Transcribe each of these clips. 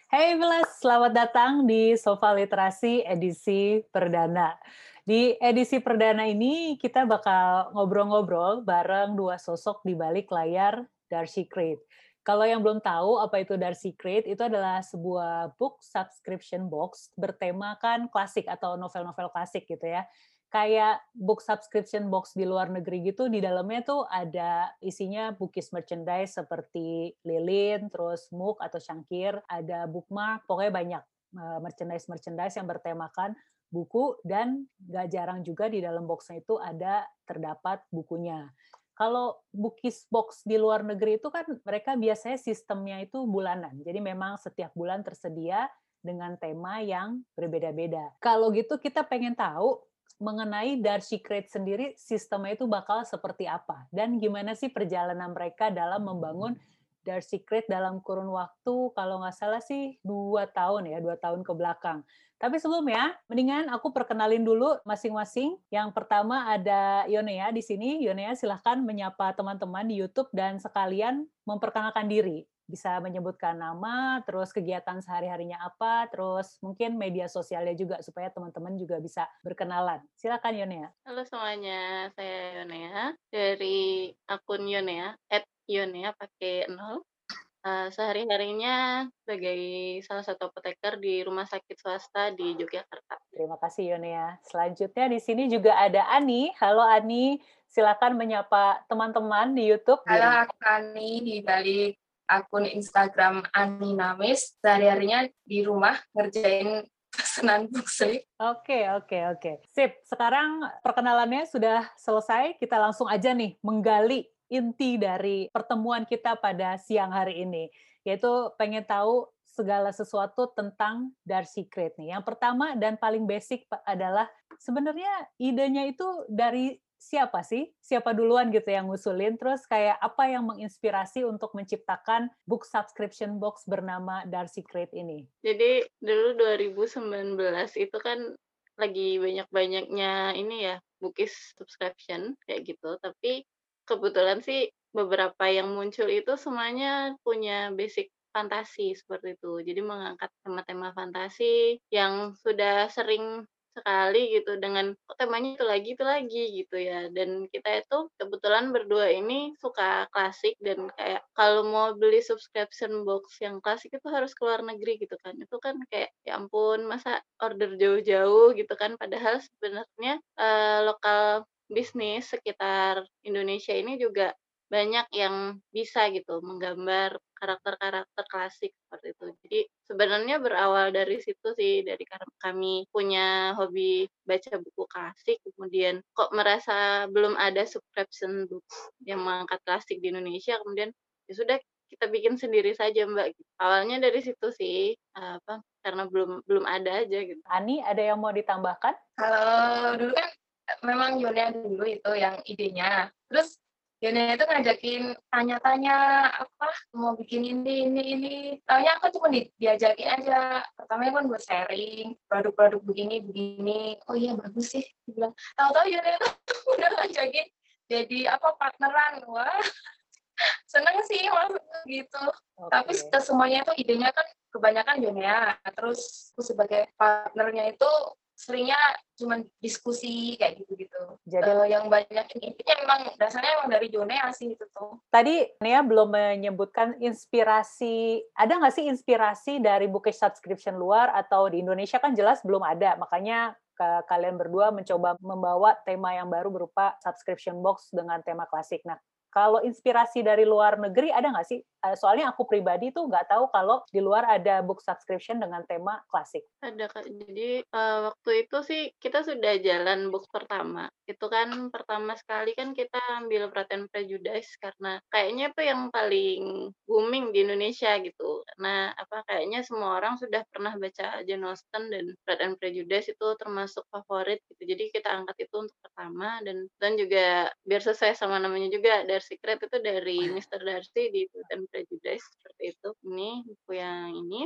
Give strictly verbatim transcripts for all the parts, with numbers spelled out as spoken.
Hey Vilas, selamat datang di Sofa Literasi edisi perdana. Di edisi perdana ini kita bakal ngobrol-ngobrol bareng dua sosok di balik layar Darcy Crate. Kalau yang belum tahu apa itu Darcy Crate, itu adalah sebuah book subscription box bertemakan klasik atau novel-novel klasik gitu ya. Kayak book subscription box di luar negeri gitu, di dalamnya tuh ada isinya bookies merchandise seperti lilin, terus mug atau cangkir, ada bookmark, pokoknya banyak eh, merchandise-merchandise yang bertemakan buku dan gak jarang juga di dalam boxnya itu ada terdapat bukunya. Kalau bookies box di luar negeri itu kan mereka biasanya sistemnya itu bulanan. Jadi memang setiap bulan tersedia dengan tema yang berbeda-beda. Kalau gitu kita pengen tahu mengenai Darcy Crate sendiri sistemnya itu bakal seperti apa dan gimana sih perjalanan mereka dalam membangun Darcy Crate dalam kurun waktu kalau nggak salah sih dua tahun ya, dua tahun ke belakang. Tapi sebelumnya, mendingan aku perkenalin dulu masing-masing. Yang pertama ada Yonea di sini. Yonea silahkan menyapa teman-teman di YouTube dan sekalian memperkenalkan diri. Bisa menyebutkan nama, terus kegiatan sehari-harinya apa, terus mungkin media sosialnya juga supaya teman-teman juga bisa berkenalan. Silakan Yonea. Halo semuanya, saya Yonea dari akun Yonea, at Yonea pakai nol. Eh, sehari-harinya sebagai salah satu apoteker di rumah sakit swasta di Yogyakarta. Terima kasih Yonea. Selanjutnya di sini juga ada Ani. Halo Ani, silakan menyapa teman-teman di YouTube di Halo, rumah. aku Ani di balik akun Instagram Ani Namis. Sehari-harinya di rumah ngerjain pesanan bookslip. Oke, oke, oke. Sip, sekarang perkenalannya sudah selesai. Kita langsung aja nih menggali inti dari pertemuan kita pada siang hari ini. Yaitu pengen tahu segala sesuatu tentang Darcy Crate nih. Yang pertama dan paling basic adalah sebenarnya idenya itu dari siapa sih? Siapa duluan gitu yang ngusulin? Terus kayak apa yang menginspirasi untuk menciptakan book subscription box bernama Darcy Crate ini? Jadi dulu dua ribu sembilan belas itu kan lagi banyak-banyaknya ini ya, bookies subscription kayak gitu. Tapi kebetulan sih beberapa yang muncul itu semuanya punya basic fantasi seperti itu. Jadi mengangkat tema-tema fantasi yang sudah sering sekali gitu dengan kok temanya itu lagi itu lagi gitu ya. Dan kita itu kebetulan berdua ini suka klasik dan kayak kalau mau beli subscription box yang klasik itu harus ke luar negeri gitu kan. Itu kan kayak ya ampun masa order jauh-jauh gitu kan padahal sebenarnya eh, lokal bisnis sekitar Indonesia ini juga banyak yang bisa gitu menggambar karakter-karakter klasik seperti itu. Jadi sebenarnya berawal dari situ sih, dari karena kami punya hobi baca buku klasik, kemudian kok merasa belum ada subscription book yang mengangkat klasik di Indonesia, kemudian ya sudah kita bikin sendiri saja Mbak. Awalnya dari situ sih, eh, apa karena belum belum ada aja gitu. Ani, ada yang mau ditambahkan? Kalau dulu kan memang Yonia dulu itu yang idenya. Terus Yonia itu ngajakin tanya-tanya apa mau bikin ini ini ini. Taunya aku cuma di, diajakin aja. Pertamanya kan buat sharing produk-produk begini begini. Oh iya bagus sih. Dia bilang. Tahu-tahu Yonia itu udah ngajakin jadi apa partneran. Wah seneng sih maksudnya gitu. Tapi Oke. semuanya itu idenya kan kebanyakan Yonia. Terus aku sebagai partnernya itu seringnya cuma diskusi kayak gitu-gitu. Jadi Uh, yang banyak intinya emang dasarnya emang dari Jonea sih itu tuh. tadi Nia belum menyebutkan inspirasi, ada nggak sih inspirasi dari bookish subscription luar atau di Indonesia kan jelas belum ada, makanya ke kalian berdua mencoba membawa tema yang baru berupa subscription box dengan tema klasik. Nah, kalau inspirasi dari luar negeri ada nggak sih? Eh, Soalnya aku pribadi tuh nggak tahu kalau di luar ada book subscription dengan tema klasik. Ada Kak, jadi, eee, waktu itu sih kita sudah jalan book pertama. Itu kan pertama sekali kan kita ambil Pride and Prejudice karena kayaknya itu yang paling booming di Indonesia gitu. Karena apa, kayaknya semua orang sudah pernah baca Jane Austen dan Pride and Prejudice itu termasuk favorit gitu. Jadi kita angkat itu untuk pertama dan dan juga biar sesuai sama namanya juga, Darcy Craft itu dari mister Darcy di Pride and Prejudice, seperti itu. Ini buku yang ini.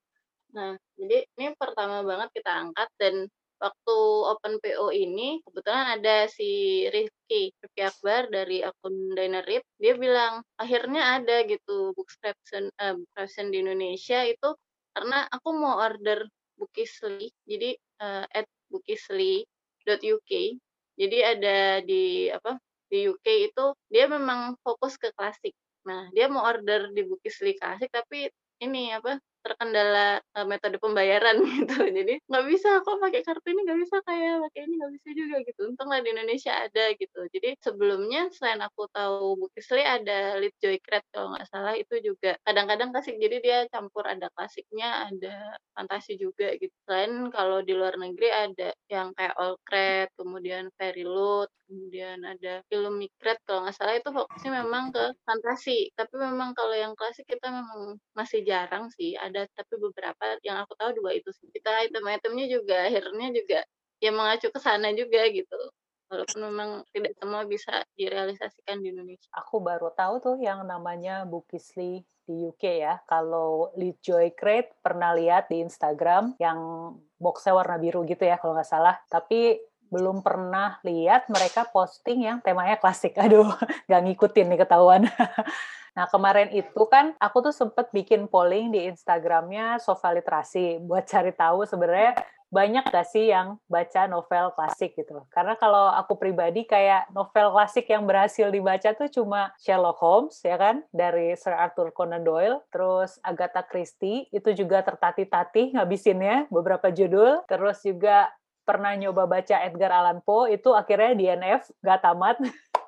Nah, jadi ini pertama banget kita angkat dan waktu open P O ini kebetulan ada si Rifki, Rifki Akbar dari akun Dinnerip, dia bilang akhirnya ada gitu book subscription, eh, book subscription di Indonesia itu karena aku mau order Bookisli, jadi eh, at bookisli dot u k. Jadi ada di apa di U K itu dia memang fokus ke klasik. Nah, dia mau order di Bookisli klasik tapi ini apa terkendala eh, metode pembayaran gitu. Jadi nggak bisa kok pakai kartu ini nggak bisa kayak pakai ini nggak bisa juga gitu. Untunglah di Indonesia ada gitu. Jadi sebelumnya selain aku tahu Bookisli ada Lead Joycrat kalau nggak salah itu juga kadang-kadang klasik. Jadi dia campur ada klasiknya, ada fantasi juga gitu. Selain kalau di luar negeri ada yang kayak Allcrat, kemudian Fairyloot, kemudian ada Illumicrat kalau nggak salah itu fokusnya memang ke fantasi. Tapi memang kalau yang klasik kita memang masih jarang sih ada, tapi beberapa yang aku tahu dua itu sih. Kita item-itemnya juga akhirnya juga ya mengacu ke sana juga gitu. Walaupun memang tidak semua bisa direalisasikan di Indonesia. Aku baru tahu tuh yang namanya Bookisli di U K ya. Kalau Lead Joycrat pernah lihat di Instagram yang boxnya warna biru gitu ya kalau nggak salah. Tapi belum pernah lihat mereka posting yang temanya klasik. Aduh, nggak ngikutin nih ketahuan. Nah, kemarin itu kan aku tuh sempet bikin polling di Instagramnya Sofa Literasi buat cari tahu sebenarnya banyak gak sih yang baca novel klasik gitu. Karena kalau aku pribadi kayak novel klasik yang berhasil dibaca tuh cuma Sherlock Holmes ya kan, dari Sir Arthur Conan Doyle, terus Agatha Christie, itu juga tertatih-tatih ngabisinnya beberapa judul, terus juga pernah nyoba baca Edgar Allan Poe, itu akhirnya D N F, gak tamat.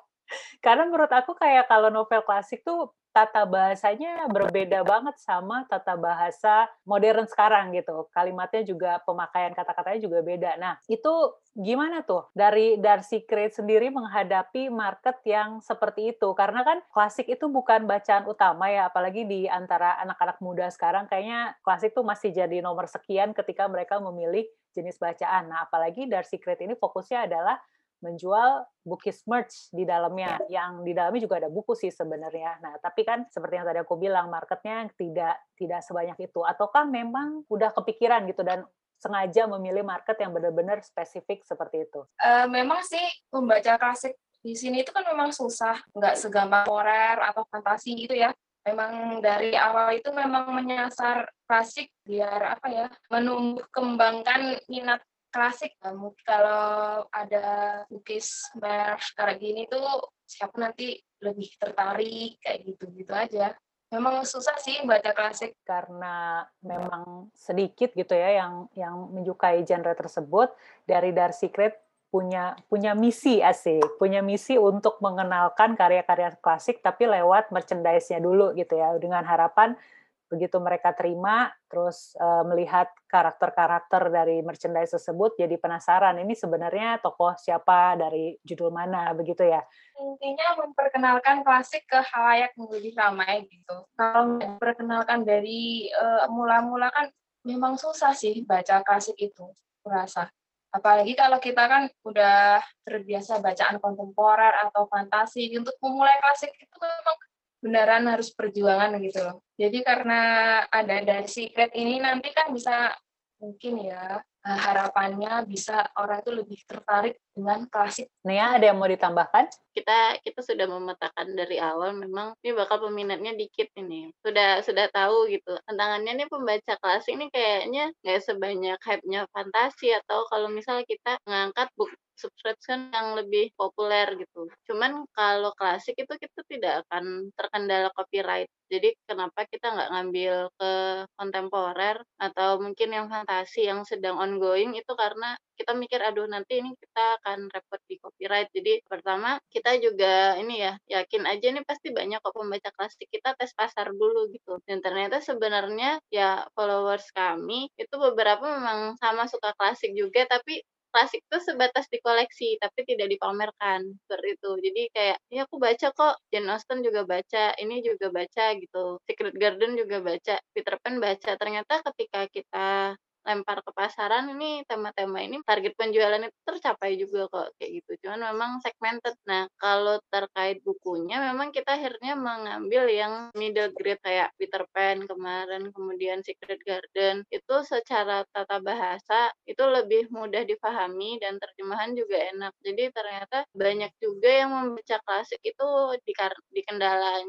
Karena menurut aku kayak kalau novel klasik tuh tata bahasanya berbeda banget sama tata bahasa modern sekarang gitu. Kalimatnya juga, pemakaian kata-katanya juga beda. Nah, itu gimana tuh dari Darcy Craig sendiri menghadapi market yang seperti itu? Karena kan klasik itu bukan bacaan utama ya, apalagi di antara anak-anak muda sekarang kayaknya klasik tuh masih jadi nomor sekian ketika mereka memilih jenis bacaan. Nah, apalagi Darcy Craig ini fokusnya adalah menjual Bookis merch di dalamnya, yang di dalamnya juga ada buku sih sebenarnya. Nah, tapi kan seperti yang tadi aku bilang, marketnya tidak tidak sebanyak itu. Ataukah memang udah kepikiran gitu dan sengaja memilih market yang benar-benar spesifik seperti itu? Uh, memang sih membaca klasik di sini itu kan memang susah, nggak segampang horor atau fantasi gitu ya. Memang dari awal itu memang menyasar klasik biar apa ya, menumbuh kembangkan minat klasik. Mungkin kalau ada lukis merch kayak gini tuh siapa nanti lebih tertarik kayak gitu-gitu aja. Memang susah sih baca klasik karena memang sedikit gitu ya yang yang menyukai genre tersebut. Dari Darcy Craig punya punya misi asik, punya misi untuk mengenalkan karya-karya klasik tapi lewat merchandise-nya dulu gitu ya, dengan harapan begitu mereka terima, terus uh, melihat karakter-karakter dari merchandise tersebut, jadi penasaran, ini sebenarnya tokoh siapa, dari judul mana, begitu ya? Intinya memperkenalkan klasik ke halayak yang lebih ramai gitu. Kalau memperkenalkan dari uh, mula-mula kan memang susah sih baca klasik itu, merasa. Apalagi kalau kita kan udah terbiasa bacaan kontemporer atau fantasi, untuk memulai klasik itu memang beneran harus perjuangan gitu loh. Jadi karena ada Darcy Craig ini nanti kan bisa mungkin ya harapannya bisa orang itu lebih tertarik dengan klasik. Nia, ada yang mau ditambahkan? Kita kita sudah memetakan dari awal memang ini bakal peminatnya dikit ini. Sudah sudah tahu gitu. Tantangannya nih pembaca klasik ini kayaknya nggak sebanyak hype-nya fantasi atau kalau misalnya kita mengangkat buku subscription yang lebih populer gitu. Cuman kalau klasik itu kita tidak akan terkendala copyright. Jadi kenapa kita nggak ngambil ke kontemporer atau mungkin yang fantasi yang sedang ongoing itu karena kita mikir aduh nanti ini kita akan repot di copyright. Jadi pertama kita juga ini ya yakin aja nih pasti banyak kok pembaca klasik, kita tes pasar dulu gitu. Dan ternyata sebenarnya ya followers kami itu beberapa memang sama suka klasik juga tapi klasik itu sebatas di koleksi tapi tidak dipamerkan seperti itu. Jadi kayak ya aku baca kok, Jane Austen juga baca, ini juga baca gitu, Secret Garden juga baca, Peter Pan baca. Ternyata ketika kita lempar ke pasaran ini tema-tema ini target penjualan itu tercapai juga kok kayak gitu. Cuman memang segmented. Nah, kalau terkait bukunya memang kita akhirnya mengambil yang middle grade kayak Peter Pan kemarin, kemudian Secret Garden. Itu secara tata bahasa itu lebih mudah difahami dan terjemahan juga enak. Jadi ternyata banyak juga yang membaca klasik itu di, di kendalanya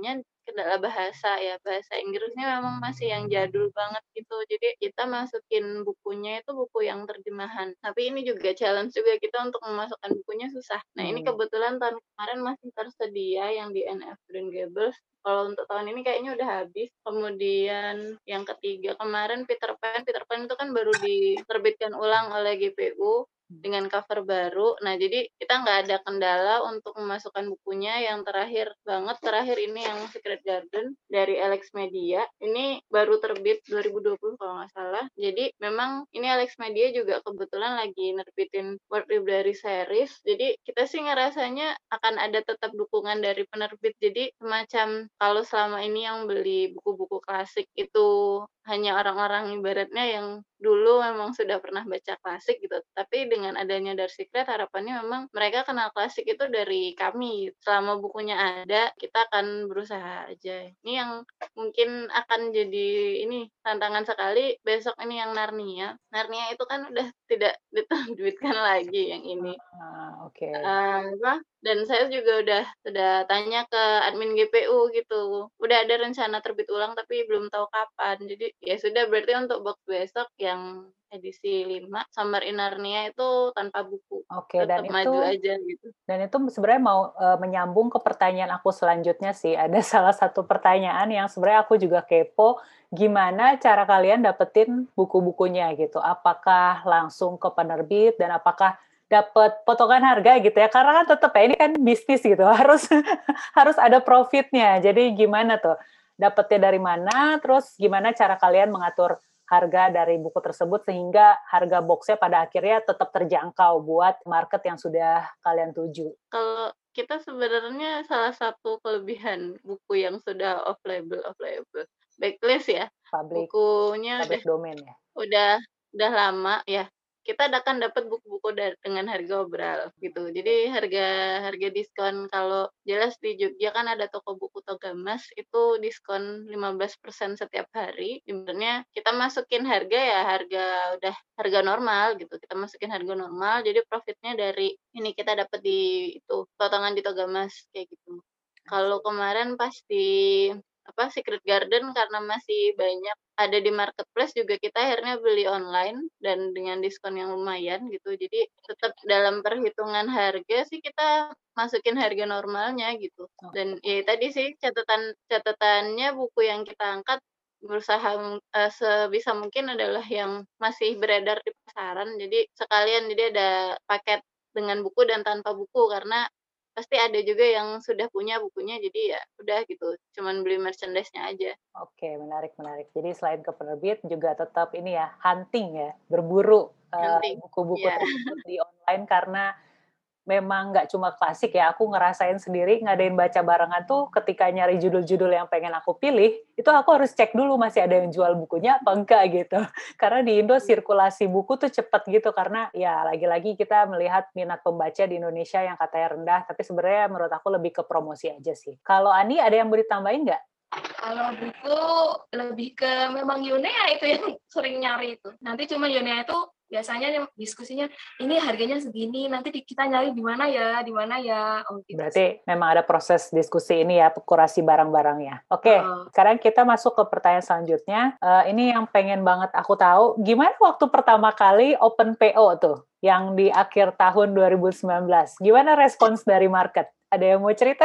kendala bahasa ya, bahasa Inggrisnya memang masih yang jadul banget gitu. Jadi kita masukin bukunya itu buku yang terjemahan. Tapi ini juga challenge juga kita untuk memasukkan bukunya susah. Nah, ini Hmm. kebetulan tahun kemarin masih tersedia yang di Anne of Green Gables. Kalau untuk tahun ini kayaknya udah habis. Kemudian yang ketiga kemarin Peter Pan. Peter Pan itu kan baru diterbitkan ulang oleh G P U dengan cover baru. Nah, jadi kita nggak ada kendala untuk memasukkan bukunya. Yang terakhir banget, terakhir ini yang Secret Garden dari Alex Media. Ini baru terbit dua ribu dua puluh kalau nggak salah. Jadi memang ini Alex Media juga kebetulan lagi nerbitin World Library Series. Jadi kita sih ngerasanya akan ada tetap dukungan dari penerbit. Jadi semacam kalau selama ini yang beli buku-buku klasik itu hanya orang-orang ibaratnya yang dulu memang sudah pernah baca klasik gitu. Tapi dengan adanya Dark Secret, harapannya memang mereka kenal klasik itu dari kami. Selama bukunya ada, kita akan berusaha aja. Ini yang mungkin akan jadi ini tantangan sekali. Besok ini yang Narnia. Narnia itu kan udah tidak diterbitkan lagi yang ini. Ah, oke. Okay. Uh, apa? Dan saya juga udah sudah tanya ke admin G P U gitu. Udah ada rencana terbit ulang tapi belum tahu kapan. Jadi ya sudah, berarti untuk box besok yang edisi lima Summer in Narnia itu tanpa buku. Oke, okay, dan Tetap maju itu aja gitu. Dan itu sebenarnya mau uh, menyambung ke pertanyaan aku selanjutnya sih. Ada salah satu pertanyaan yang sebenarnya aku juga kepo, gimana cara kalian dapetin buku-bukunya gitu? Apakah langsung ke penerbit dan apakah dapat potongan harga gitu ya? Karena kan tetap ya ini kan bisnis gitu, harus harus ada profitnya. Jadi gimana tuh? Dapetnya dari mana? Terus gimana cara kalian mengatur harga dari buku tersebut sehingga harga boxnya pada akhirnya tetap terjangkau buat market yang sudah kalian tuju? Kalau kita sebenarnya salah satu kelebihan buku yang sudah off label off label backlist ya, Public, bukunya udah public domain ya? udah udah lama ya, kita akan dapat buku-buku dengan harga obral gitu. Jadi harga harga diskon, kalau jelas di Jogja kan ada toko buku Togamas itu diskon lima belas persen setiap hari. Sebenarnya kita masukin harga ya harga udah harga normal gitu. Kita masukin harga normal, jadi profitnya dari ini kita dapat di itu potongan di Togamas kayak gitu. Kalau kemarin pas di apa Secret Garden karena masih banyak ada di marketplace juga, kita akhirnya beli online dan dengan diskon yang lumayan gitu. Jadi tetap dalam perhitungan harga sih kita masukin harga normalnya gitu. Dan ya tadi sih catatan catatannya buku yang kita angkat berusaha uh, sebisa mungkin adalah yang masih beredar di pasaran. Jadi sekalian jadi ada paket dengan buku dan tanpa buku, karena pasti ada juga yang sudah punya bukunya, jadi ya udah gitu, cuman beli merchandise-nya aja. Oke, menarik, menarik. Jadi selain ke penerbit juga tetap ini ya, hunting ya, berburu uh, buku-buku yeah. tersebut di online, karena memang nggak cuma klasik ya, aku ngerasain sendiri ngadain baca barengan tuh ketika nyari judul-judul yang pengen aku pilih, itu aku harus cek dulu masih ada yang jual bukunya apa enggak gitu. Karena di Indo sirkulasi buku tuh cepet gitu, karena ya lagi-lagi kita melihat minat pembaca di Indonesia yang katanya rendah, tapi sebenarnya menurut aku lebih ke promosi aja sih. Kalau Ani, ada yang mau ditambahin nggak? Kalau buku lebih ke memang Yunea itu yang sering nyari itu. Nanti cuma Yunea itu biasanya diskusinya ini harganya segini, nanti kita nyari di mana ya, di mana ya. Oh, gitu. Berarti memang ada proses diskusi ini ya, kurasi barang-barangnya. Oke, oh. Sekarang kita masuk ke pertanyaan selanjutnya. Uh, ini yang pengen banget aku tahu, gimana waktu pertama kali open P O tuh, yang di akhir tahun dua ribu sembilan belas? Gimana respons dari market? Ada yang mau cerita?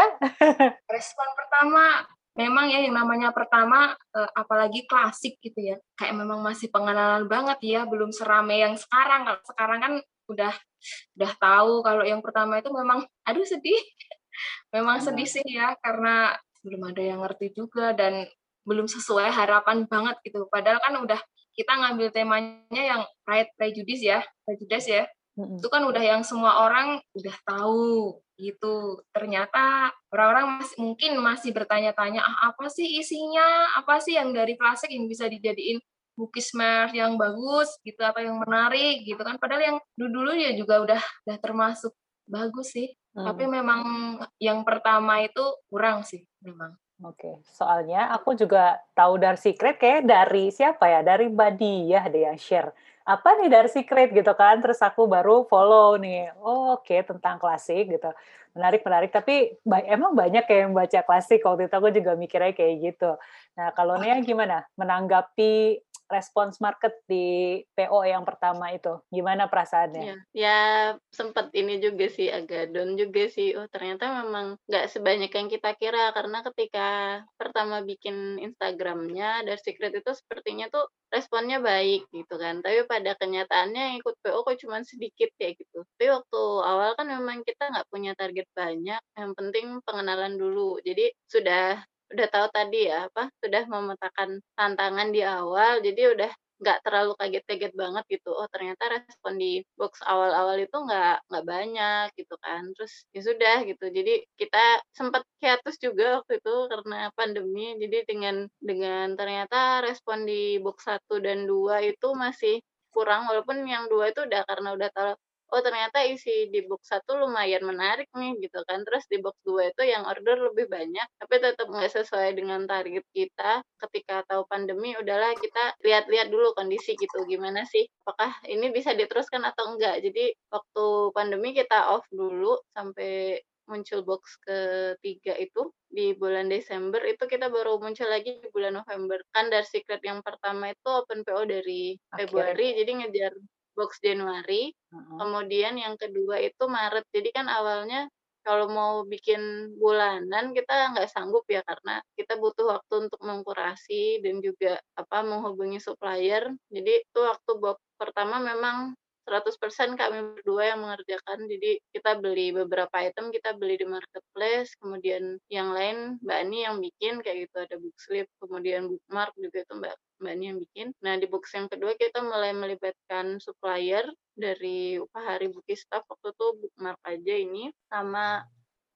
Respon pertama, memang ya yang namanya pertama, eh, apalagi klasik gitu ya, kayak memang masih pengenalan banget ya, belum serame yang sekarang. Kalau sekarang kan udah udah tahu. Kalau yang pertama itu memang, aduh sedih, memang sedih sih ya, karena belum ada yang ngerti juga dan belum sesuai harapan banget gitu. Padahal kan udah kita ngambil temanya yang Pride Prejudice ya, Prejudice ya, mm-hmm. Itu kan udah yang semua orang udah tahu gitu. Ternyata orang-orang masih, mungkin masih bertanya-tanya, ah apa sih isinya, apa sih yang dari klasik yang bisa dijadiin Bookismer yang bagus gitu atau yang menarik gitu kan, padahal yang dulu-dulu ya juga udah udah termasuk bagus sih, hmm. Tapi memang yang pertama itu kurang sih memang. Oke, okay. Soalnya aku juga tahu Dark Secret kayak dari siapa ya, dari Badiah deh yang share. apa nih Dark Secret gitu kan, terus aku baru follow nih, oh oke tentang klasik gitu, menarik menarik, tapi ba emang banyak ya yang baca klasik, waktu itu aku juga mikirnya kayak gitu. Nah kalau Nea gimana menanggapi respons market di P O yang pertama itu, gimana perasaannya? Iya, ya sempet ini juga sih, agak down juga sih, oh ternyata memang nggak sebanyak yang kita kira, karena ketika pertama bikin Instagram-nya, Dark Secret itu sepertinya tuh responnya baik gitu kan, tapi pada kenyataannya yang ikut P O kok cuman sedikit kayak gitu. Tapi waktu awal kan memang kita nggak punya target banyak, yang penting pengenalan dulu. Jadi sudah udah tahu tadi ya, apa, sudah memetakan tantangan di awal, jadi udah nggak terlalu kaget-kaget banget gitu, oh ternyata respon di box awal-awal itu nggak nggak banyak gitu kan. Terus ya sudah gitu, jadi kita sempat hiatus juga waktu itu karena pandemi, jadi dengan dengan ternyata respon di box satu dan dua itu masih kurang, walaupun yang dua itu udah karena udah tahu, oh ternyata isi di box satu lumayan menarik nih gitu kan, terus di box dua itu yang order lebih banyak, tapi tetap nggak sesuai dengan target kita. Ketika tahu pandemi, udahlah kita lihat-lihat dulu kondisi gitu, gimana sih, apakah ini bisa diteruskan atau enggak. Jadi waktu pandemi kita off dulu sampai muncul box ketiga itu di bulan Desember, itu kita baru muncul lagi di bulan November. Kan Dark Secret yang pertama itu open P O dari Akhirnya, Februari, jadi ngejar box Januari. heeh. Kemudian yang kedua itu Maret. Jadi kan awalnya kalau mau bikin bulanan kita nggak sanggup ya, karena kita butuh waktu untuk mengkurasi dan juga apa menghubungi supplier. Jadi itu waktu box pertama memang seratus persen kami berdua yang mengerjakan. Jadi kita beli beberapa item, kita beli di marketplace, kemudian yang lain Mbak Ani yang bikin kayak gitu, ada book slip, kemudian bookmark juga itu Mbak Mbak Ani yang bikin. Nah, di box yang kedua kita mulai melibatkan supplier dari upah hari Bookie Staff, waktu itu bookmark aja ini, sama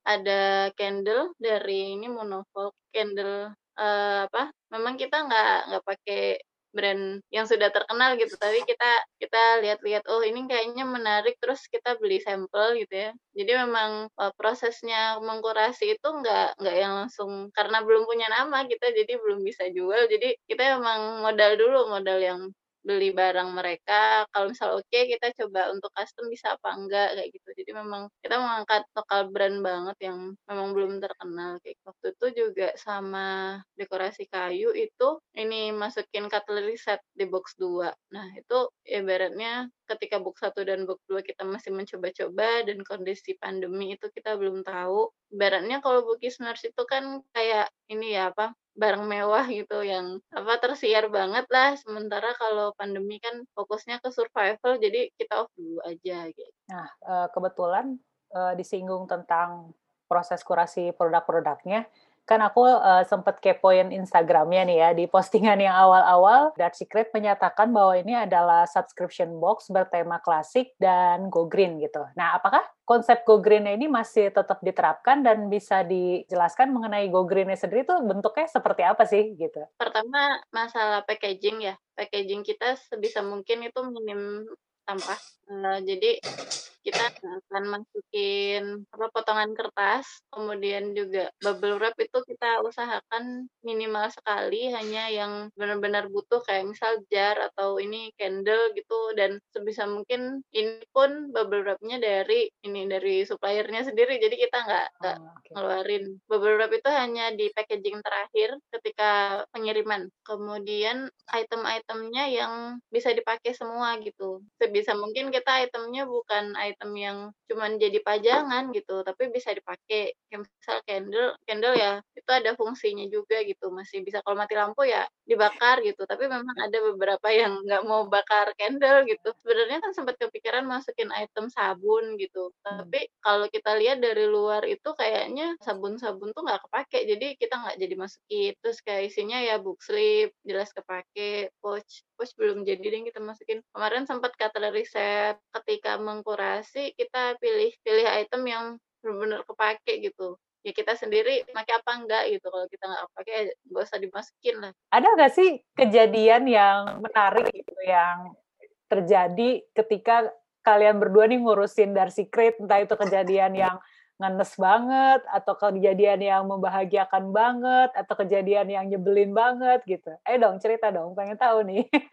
ada candle dari ini Monofolk, candle, eee, apa, memang kita nggak nggak pakai brand yang sudah terkenal gitu, tapi kita kita lihat-lihat, oh ini kayaknya menarik, terus kita beli sampel gitu ya. Jadi memang, eee, prosesnya mengkurasi itu nggak nggak yang langsung karena belum punya nama kita jadi belum bisa jual, jadi kita memang modal dulu, modal yang beli barang mereka, kalau misal oke kita coba untuk custom bisa apa enggak, kayak gitu. Jadi memang kita mengangkat lokal brand banget yang memang belum terkenal, kayak waktu itu juga sama dekorasi kayu itu ini masukin cutlery set di box dua. Nah, itu ibaratnya ketika box satu dan box dua kita masih mencoba-coba dan kondisi pandemi itu kita belum tahu. Ibaratnya kalau Bookies Nurse itu kan kayak ini ya, apa, barang mewah gitu yang apa tersiar banget lah, sementara kalau pandemi kan fokusnya ke survival, jadi kita off dulu aja gitu. Nah, eee, kebetulan, eee, disinggung tentang proses kurasi produk-produknya, kan aku, eee, sempet kepoin Instagram-nya nih ya, di postingan yang awal-awal, Dark Secret menyatakan bahwa ini adalah subscription box bertema klasik dan go green gitu. Nah, apakah konsep go green ini masih tetap diterapkan dan bisa dijelaskan mengenai go green-nya sendiri tuh bentuknya seperti apa sih gitu? Pertama masalah packaging ya, packaging kita sebisa mungkin itu minim sampah, eee, jadi kita akan masukin apa, potongan kertas, kemudian juga bubble wrap itu kita usahakan minimal sekali, hanya yang benar-benar butuh kayak misal jar atau ini candle gitu, dan sebisa mungkin ini pun bubble wrap-nya dari ini, dari supplier-nya sendiri, jadi kita nggak nggak Oh, oke. ngeluarin. Bubble wrap itu hanya di packaging terakhir ketika pengiriman. Kemudian item-itemnya yang bisa dipakai semua gitu. Sebisa mungkin kita itemnya bukan item yang cuman jadi pajangan gitu, tapi bisa dipakai. Kayak misal candle, candle ya itu ada fungsinya juga gitu, masih bisa kalau mati lampu ya dibakar gitu, tapi memang ada beberapa yang nggak mau bakar candle gitu. Sebenarnya kan sempat kepikiran masukin item sabun gitu, Mmm. tapi kalau kita lihat dari luar itu kayaknya sabun-sabun tuh nggak kepake, jadi kita nggak jadi masukin. Terus kayak isinya ya book slip, jelas kepake, pouch pouch belum jadi deh kita masukin. Kemarin sempat cutlery set, ketika mengkurasi kita pilih pilih item yang benar-benar kepake gitu. Ya kita sendiri pakai apa enggak gitu, kalau kita nggak kepake ya nggak usah dimasukin lah. Ada nggak sih kejadian yang menarik gitu, yang terjadi ketika kalian berdua nih ngurusin Dark Secret, entah itu kejadian yang ngenes banget, atau kejadian yang membahagiakan banget, atau kejadian yang nyebelin banget gitu? Ayo dong cerita dong, pengen tahu nih.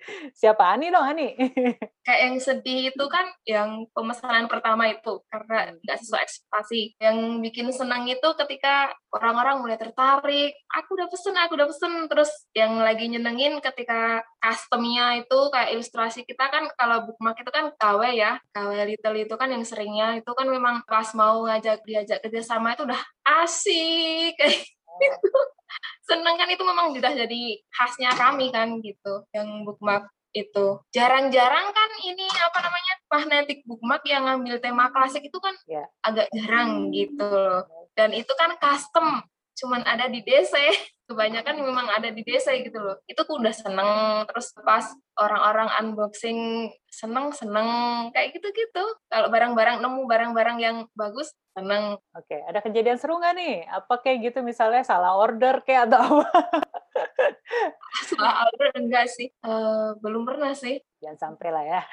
Siapa Ani dong, Ani? Kayak yang sedih itu kan yang pemesanan pertama itu, karena Hmm. nggak sesuai ekspektasi. Yang bikin senang itu ketika orang-orang mulai tertarik, aku udah pesen, aku udah pesen. Terus yang lagi nyenengin ketika custom-nya itu kayak ilustrasi kita kan, kalau bookmark itu kan K W ya, K W Little itu kan yang seringnya itu kan memang pas mau ngajak diajak kerjasama itu udah asik kayak gitu. Seneng kan, itu memang udah jadi khasnya kami kan gitu, yang bookmark itu. Jarang-jarang kan ini apa namanya, magnetic bookmark yang ngambil tema klasik itu kan Ya. agak jarang gitu loh. Dan itu kan custom, cuman ada di D C. Kebanyakan memang ada di D C gitu loh. Itu aku udah seneng. Terus pas orang-orang unboxing seneng-seneng kayak gitu-gitu. Kalau barang-barang, nemu barang-barang yang bagus, seneng. Oke, ada kejadian seru nggak nih? Apa kayak gitu misalnya salah order kayak atau apa? Salah order enggak sih, uh, belum pernah sih. Jangan sampai lah ya.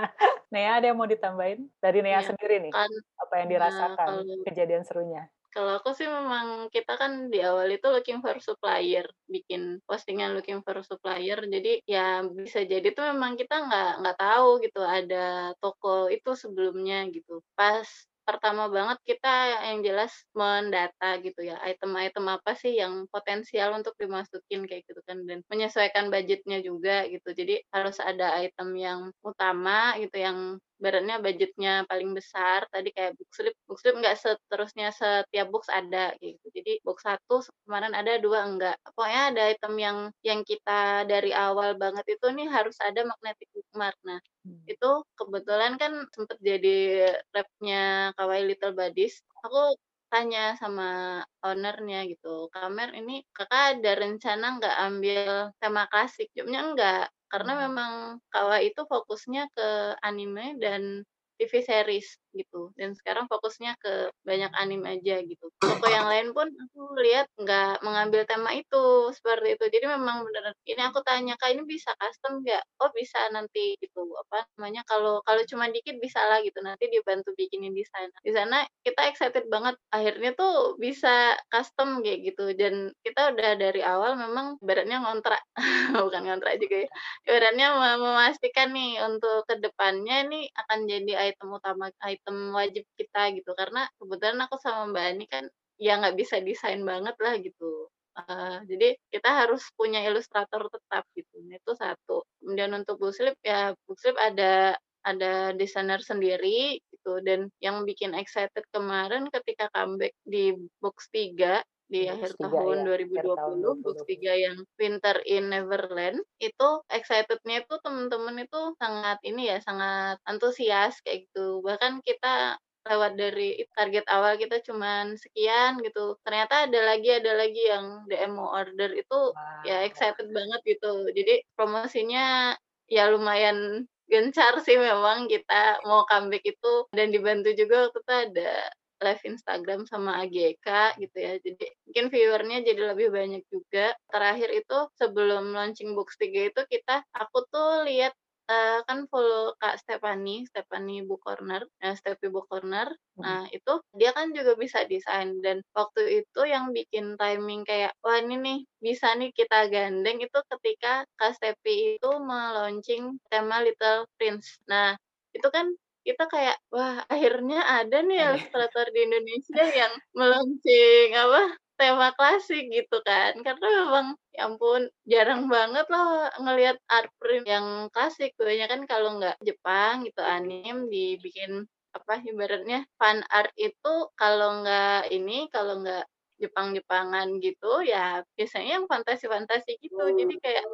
Nea, ada yang mau ditambahin? Dari Nea Iya, sendiri nih, kan apa yang nah, dirasakan, kalau kejadian serunya? kalau aku sih memang kita kan di awal itu looking for supplier, bikin postingan looking for supplier. Jadi ya bisa jadi tuh memang kita nggak nggak tahu gitu ada toko itu sebelumnya gitu. Pas pertama banget kita yang jelas mendata gitu ya, item-item apa sih yang potensial untuk dimasukin kayak gitu kan, dan menyesuaikan budgetnya juga gitu. Jadi harus ada item yang utama gitu, yang ibaratnya budgetnya paling besar, tadi kayak book slip, book slip nggak seterusnya setiap box ada gitu. Jadi box satu kemarin ada, dua enggak. Pokoknya ada item yang yang kita dari awal banget itu nih harus ada magnetic bookmark. Nah, Hmm. itu kebetulan kan sempet jadi rep-nya Kawaii Little Buddies. Aku tanya sama ownernya gitu, Kamer ini kakak ada rencana nggak ambil tema klasik? Jawabnya enggak, karena Hmm. memang Kawaii itu fokusnya ke anime dan T V series gitu, dan sekarang fokusnya ke banyak anime aja gitu. Toko yang lain pun aku lihat nggak mengambil tema itu, seperti itu. Jadi memang beneran, ini aku tanya, Kak ini bisa custom nggak? Oh bisa nanti gitu, apa namanya, kalau kalau cuma dikit bisa lah gitu, nanti dibantu bikinin desain. Di sana kita excited banget, akhirnya tuh bisa custom kayak gitu, dan kita udah dari awal memang ibaratnya ngontrak, bukan ngontrak juga ya, ibaratnya memastikan nih untuk kedepannya nih akan jadi item utama, item wajib kita gitu. Karena kebetulan aku sama Mbak Ani kan ya nggak bisa desain banget lah gitu. Uh, jadi kita harus punya ilustrator tetap gitu. Nah, itu satu. Kemudian untuk bookslip ya, bookslip ada ada desainer sendiri gitu, dan yang bikin excited kemarin ketika comeback di box tiga di Box akhir tiga tahun ya, akhir tahun dua ribu dua puluh, box dua ribu dua puluh. tiga yang Winter in Neverland, itu excited-nya itu teman-teman itu sangat ini ya, sangat antusias kayak gitu. Bahkan kita lewat dari target awal kita cuman sekian gitu, ternyata ada lagi ada lagi yang D M mau order itu, ya Wow. excited banget gitu. Jadi promosinya ya lumayan gencar sih memang kita mau comeback itu, dan dibantu juga waktu itu ada live Instagram sama A G K gitu ya. Jadi mungkin viewernya jadi lebih banyak juga. Terakhir itu sebelum launching box tiga itu kita, aku tuh lihat uh, kan follow Kak Stephanie, Stephanie Book Corner, nah Steffi Book Corner. Nah, itu dia kan juga bisa desain, dan waktu itu yang bikin timing kayak wah ini nih bisa nih kita gandeng itu ketika Kak Steffi itu melaunching tema Little Prince. Nah, itu kan kita kayak wah akhirnya ada nih Ada. ilustrator di Indonesia yang melaunching apa tema klasik gitu kan, karena memang ya ampun jarang banget loh ngelihat art print yang klasik. Kebanyakan kalau nggak Jepang gitu anime dibikin apa ibaratnya fan art itu, kalau nggak ini kalau nggak Jepang-Jepangan gitu ya biasanya yang fantasi-fantasi gitu. Jadi kayak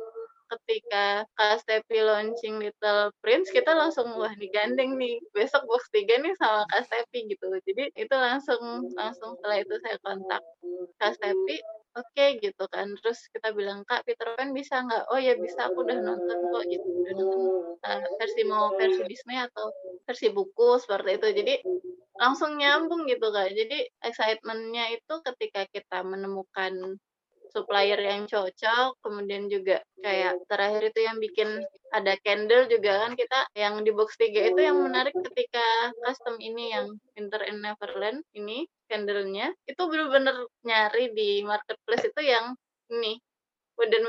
ketika Kak Steffi launching Little Prince, kita langsung wah digandeng nih besok box tiga nih sama Kak Steffi gitu. Jadi itu langsung langsung setelah itu saya kontak Kak Steffi, oke gitu kan. Terus kita bilang, Kak Peter Pan bisa nggak? Oh ya bisa, aku udah nonton kok gitu. Udah nonton uh, versi mau versi Disney atau versi buku seperti itu. Jadi langsung nyambung gitu Kak. Jadi excitement-nya itu ketika kita menemukan supplier yang cocok, kemudian juga kayak terakhir itu yang bikin ada candle juga kan, kita yang di box tiga itu yang menarik ketika custom ini yang Winter in Neverland ini candle-nya itu bener-bener nyari di marketplace itu yang ini Wooden Wick.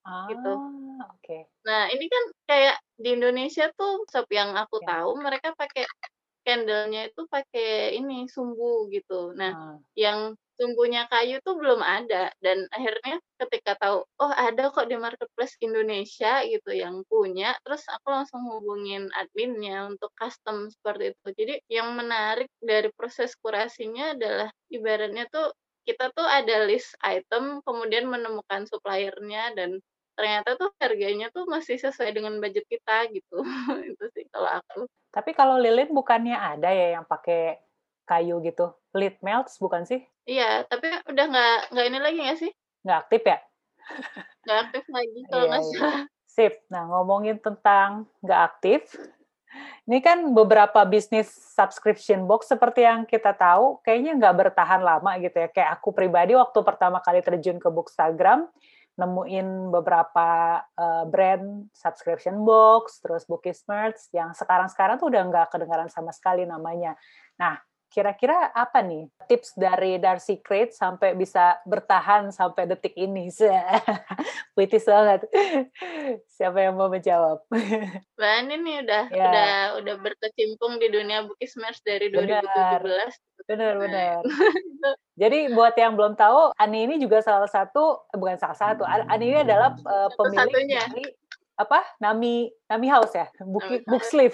gitu. Ah, oke. Nah, ini kan kayak di Indonesia tuh shop yang aku Ya. tahu mereka pakai candle-nya itu pakai ini, sumbu gitu. Nah, Ah. yang sumbunya kayu tuh belum ada dan akhirnya ketika tahu, oh ada kok di marketplace Indonesia gitu yang punya, terus aku langsung hubungin adminnya untuk custom seperti itu. Jadi yang menarik dari proses kurasinya adalah ibaratnya tuh kita tuh ada list item, kemudian menemukan suppliernya dan ternyata tuh harganya tuh masih sesuai dengan budget kita gitu. Itu sih kalau aku. Tapi kalau lilin bukannya ada ya yang pakai kayu gitu? Lid melts bukan sih? Iya, tapi udah nggak nggak ini lagi nggak sih? Nggak aktif ya? Nggak aktif lagi kalau Iya, nggak iya. salah. Sip. Nah, ngomongin tentang nggak aktif, ini kan beberapa bisnis subscription box seperti yang kita tahu, kayaknya nggak bertahan lama gitu ya. Kayak aku pribadi waktu pertama kali terjun ke Bookstagram, nemuin beberapa uh, brand subscription box, terus Bookismerts, yang sekarang-sekarang tuh udah nggak kedengaran sama sekali namanya. Nah, kira-kira apa nih tips dari Darcy Crate sampai bisa bertahan sampai detik ini? Puitis banget. Siapa yang mau menjawab? Mbak Ani nih udah udah Ya, udah berkecimpung di dunia Bookismerts dari benar. dua ribu tujuh belas gitu kan. Benar, Nah, benar. itu Jadi buat yang belum tahu, Ani ini juga salah satu, eh, bukan salah satu, Ani ini adalah uh, pemilik satu-satunya dari apa Nami Nami House ya, Book namanya Booksleep,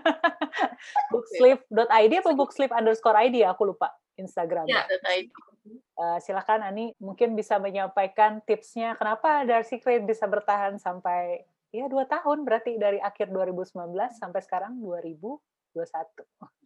Sip, booksleep dot i d atau booksleep underscore id ya, aku lupa Instagramnya. Ya, data I D. Uh, silakan Ani, mungkin bisa menyampaikan tipsnya kenapa Darcy Crate bisa bertahan sampai ya dua tahun berarti dari akhir dua ribu sembilan belas sampai sekarang dua ribu dua puluh satu.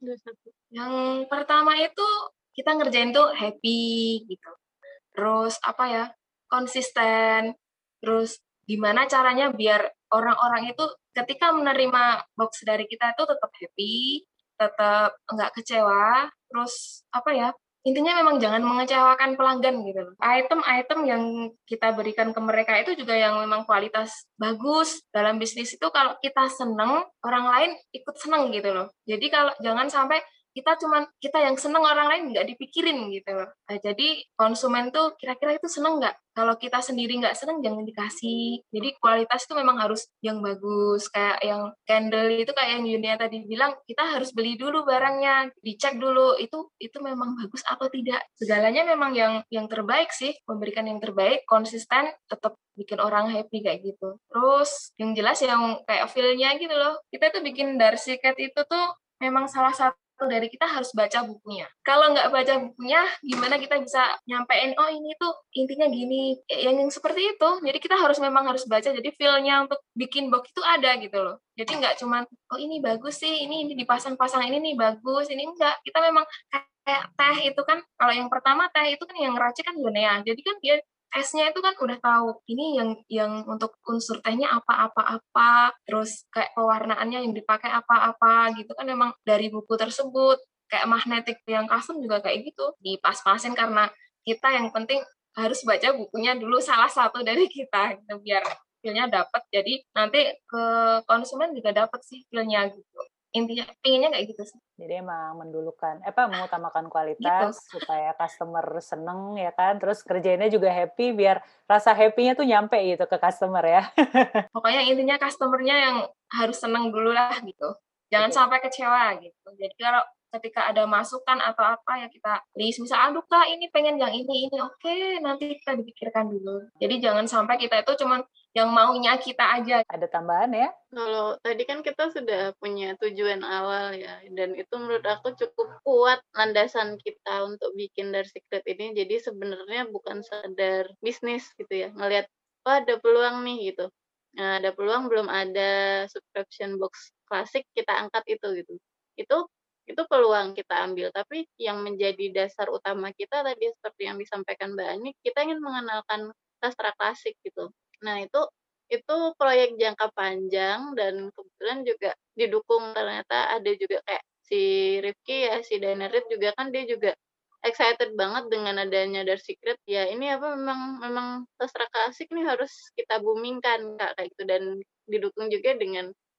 yang pertama itu kita ngerjain tuh happy gitu. Terus apa ya, konsisten. Terus gimana caranya biar orang-orang itu ketika menerima box dari kita itu tetap happy, tetap nggak kecewa. Terus apa ya, intinya memang jangan mengecewakan pelanggan gitu loh. Item-item yang kita berikan ke mereka itu juga yang memang kualitas bagus. Dalam bisnis itu kalau kita seneng, orang lain ikut seneng gitu loh. Jadi kalau jangan sampai kita cuman kita yang seneng orang lain nggak dipikirin gitu loh. Nah, jadi konsumen tuh kira-kira itu seneng nggak? Kalau kita sendiri nggak seneng jangan dikasih. Jadi kualitas itu memang harus yang bagus. Kayak yang candle itu kayak yang Yunia tadi bilang, kita harus beli dulu barangnya, dicek dulu itu itu memang bagus atau tidak. Segalanya memang yang yang terbaik sih, memberikan yang terbaik, konsisten, tetap bikin orang happy kayak gitu. Terus yang jelas yang kayak feel-nya gitu loh. Kita tuh bikin Darcy Cat itu tuh memang salah satu dari kita harus baca bukunya. Kalau nggak baca bukunya, gimana kita bisa nyampein, oh ini tuh intinya gini, yang, yang seperti itu. Jadi kita harus memang harus baca, jadi feel-nya untuk bikin box itu ada gitu loh. Jadi nggak cuman, oh ini bagus sih, ini, ini dipasang-pasang, ini nih bagus, ini enggak. Kita memang kayak teh itu kan, kalau yang pertama teh itu kan yang ngeracik kan Yunea. Jadi kan dia tesnya itu kan udah tahu ini yang yang untuk unsur tehnya apa-apa-apa, terus kayak pewarnaannya yang dipakai apa-apa gitu kan memang dari buku tersebut. Kayak magnetik yang custom juga kayak gitu, dipas-pasin karena kita yang penting harus baca bukunya dulu salah satu dari kita gitu, biar feel-nya dapat. Jadi nanti ke konsumen juga dapat sih feel-nya gitu. Intinya pinginnya kayak gitu sih. Jadi emang mendulukan, eh, apa mengutamakan Gitu. kualitas supaya customer seneng ya kan, terus kerjainnya juga happy biar rasa happy-nya tuh nyampe gitu ke customer ya. Pokoknya intinya customer-nya yang harus seneng dulu lah gitu. Jangan Betul. sampai kecewa gitu. Jadi kalau ketika ada masukan atau apa ya kita list, misal aduh kak ini pengen yang ini ini oke nanti kita dipikirkan dulu. Jadi jangan sampai kita itu cuman yang maunya kita aja. Ada tambahan ya? Kalau tadi kan kita sudah punya tujuan awal ya, dan itu menurut aku cukup kuat landasan kita untuk bikin Darcy Crate ini. Jadi sebenarnya bukan sekedar bisnis gitu ya, ngelihat oh ada peluang nih gitu. Nah, ada peluang belum ada subscription box klasik kita angkat itu gitu. Itu itu peluang kita ambil, tapi yang menjadi dasar utama kita tadi seperti yang disampaikan Mbak Ani, kita ingin mengenalkan sastra klasik gitu. Nah, itu itu proyek jangka panjang dan kebetulan juga didukung ternyata ada juga kayak si Rifki ya, si Danerit juga kan dia juga excited banget dengan adanya Darcy Crate. Ya ini apa memang memang sastra klasik nih harus kita boomingkan Kak kayak gitu dan didukung juga dengan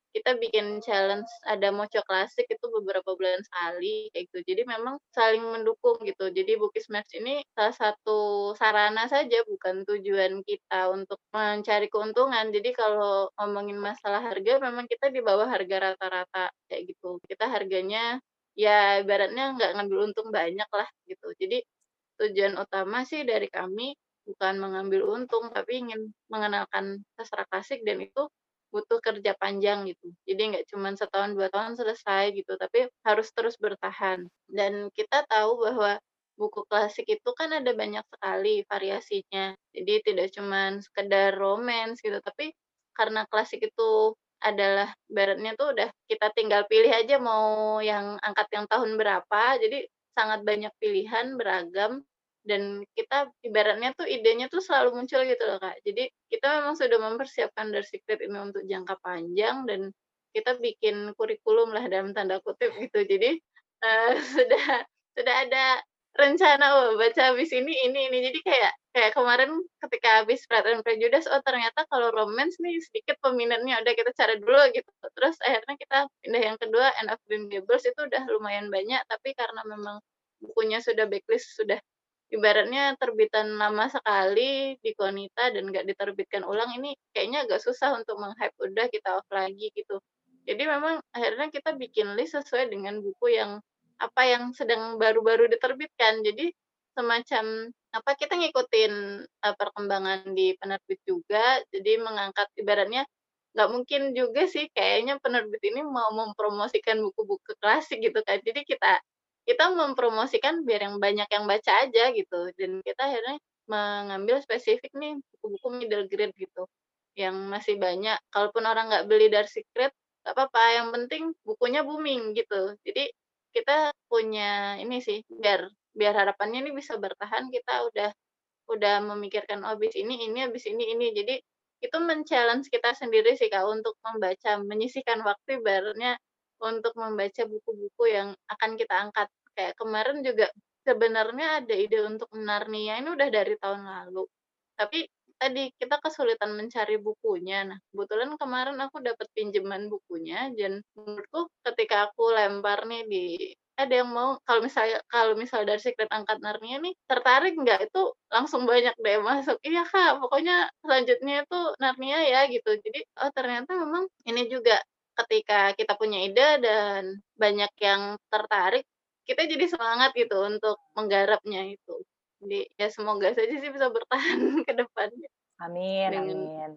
kita bikin challenge ada moco klasik itu beberapa bulan sekali kayak gitu. Jadi memang saling mendukung gitu. Jadi Bukis Merch ini salah satu sarana saja bukan tujuan kita untuk mencari keuntungan. Jadi kalau ngomongin masalah harga memang kita di bawah harga rata-rata kayak gitu. Kita harganya ya ibaratnya nggak ngambil untung banyak lah gitu. Jadi tujuan utama sih dari kami bukan mengambil untung, tapi ingin mengenalkan sastra klasik dan itu butuh kerja panjang gitu. Jadi nggak cuma setahun dua tahun selesai gitu, tapi harus terus bertahan. Dan kita tahu bahwa buku klasik itu kan ada banyak sekali variasinya. Jadi tidak cuma sekedar romance gitu, tapi karena klasik itu adalah ibaratnya tuh udah kita tinggal pilih aja mau yang angkat yang tahun berapa, jadi sangat banyak pilihan, beragam, dan kita ibaratnya tuh idenya tuh selalu muncul gitu loh, Kak. Jadi kita memang sudah mempersiapkan Dark Secret ini untuk jangka panjang dan kita bikin kurikulum lah dalam tanda kutip gitu. Jadi eh, sudah sudah ada rencana oh baca habis ini ini ini. Jadi kayak kayak kemarin ketika habis Pride and Prejudice oh ternyata kalau romance nih sedikit peminatnya udah kita cari dulu gitu. Terus akhirnya kita pindah yang kedua Anne of Green Gables itu udah lumayan banyak tapi karena memang bukunya sudah backlist sudah ibaratnya terbitan lama sekali di Konita dan nggak diterbitkan ulang, ini kayaknya agak susah untuk meng-hype, udah kita off lagi gitu. Jadi memang akhirnya kita bikin list sesuai dengan buku yang apa yang sedang baru-baru diterbitkan. Jadi semacam apa kita ngikutin uh, perkembangan di penerbit juga, jadi mengangkat ibaratnya nggak mungkin juga sih kayaknya penerbit ini mau mempromosikan buku-buku klasik gitu kan. Jadi kita kita mempromosikan biar yang banyak yang baca aja gitu, dan kita akhirnya mengambil spesifik nih buku-buku middle grade gitu, yang masih banyak. Kalaupun orang nggak beli Dark Secret, nggak apa-apa, yang penting bukunya booming gitu. Jadi kita punya ini sih, biar biar harapannya ini bisa bertahan, kita udah udah memikirkan, oh habis ini ini, habis ini ini. Jadi itu men-challenge kita sendiri sih Kak untuk membaca, menyisihkan waktu ibaratnya untuk membaca buku-buku yang akan kita angkat. Kayak kemarin juga sebenarnya ada ide untuk Narnia ini udah dari tahun lalu. Tapi tadi kita kesulitan mencari bukunya. Nah, kebetulan kemarin aku dapat pinjaman bukunya dan menurutku ketika aku lempar nih di ada yang mau kalau misalnya kalau misal dari Secret angkat Narnia nih tertarik nggak itu langsung banyak deh masuk iya kak pokoknya selanjutnya itu Narnia ya gitu jadi oh ternyata memang ini juga ketika kita punya ide dan banyak yang tertarik kita jadi semangat gitu untuk menggarapnya itu jadi ya semoga saja sih bisa bertahan ke depannya Amin, dengan amin.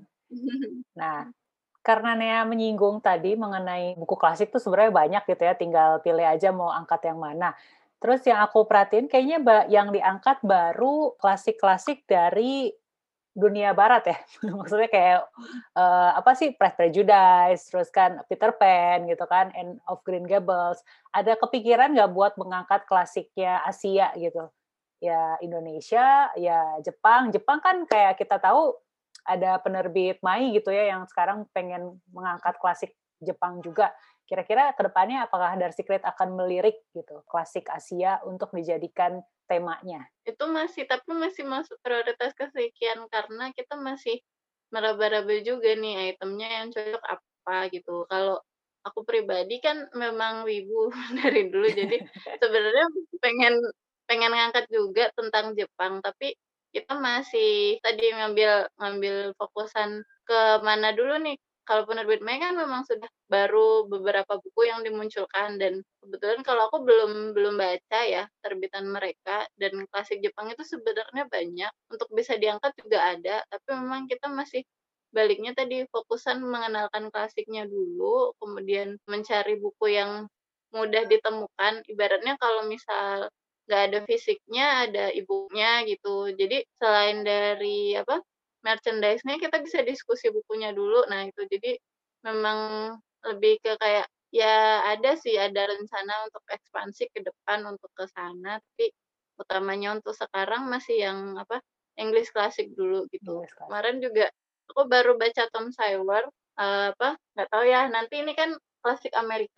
Nah, karena Nea menyinggung tadi mengenai buku klasik tuh sebenarnya banyak gitu ya, tinggal pilih aja mau angkat yang mana. Terus yang aku perhatiin kayaknya ba- yang diangkat baru klasik-klasik dari dunia barat ya. Maksudnya kayak eh, apa sih Pride Prejudice, terus kan Peter Pan gitu kan, Anne of Green Gables. Ada kepikiran nggak buat mengangkat klasiknya Asia gitu? Ya Indonesia, ya Jepang. Jepang kan kayak kita tahu ada penerbit Mai gitu ya yang sekarang pengen mengangkat klasik Jepang juga. Kira-kira ke depannya apakah Dark Secret akan melirik gitu klasik Asia untuk dijadikan temanya? itu masih tapi masih masuk prioritas kesekian karena kita masih meraba-raba juga nih itemnya yang cocok apa gitu. Kalau aku pribadi kan memang wibu dari dulu jadi sebenarnya pengen pengen ngangkat juga tentang Jepang tapi kita masih tadi ngambil ngambil fokusan ke mana dulu nih. Kalau penerbit Mei kan memang sudah baru beberapa buku yang dimunculkan dan kebetulan kalau aku belum belum baca ya terbitan mereka dan klasik Jepang itu sebenarnya banyak untuk bisa diangkat juga ada tapi memang kita masih baliknya tadi fokusan mengenalkan klasiknya dulu kemudian mencari buku yang mudah ditemukan ibaratnya kalau misal nggak ada fisiknya ada e-booknya gitu jadi selain dari apa merchandise-nya kita bisa diskusi bukunya dulu nah itu jadi memang lebih ke kayak ya ada sih, ada rencana untuk ekspansi ke depan untuk ke sana, tapi utamanya untuk sekarang masih yang apa, English klasik dulu gitu. English klasik. Kemarin juga aku baru baca Tom Sawyer, eee, apa, nggak tahu ya, nanti ini kan klasik Amerika.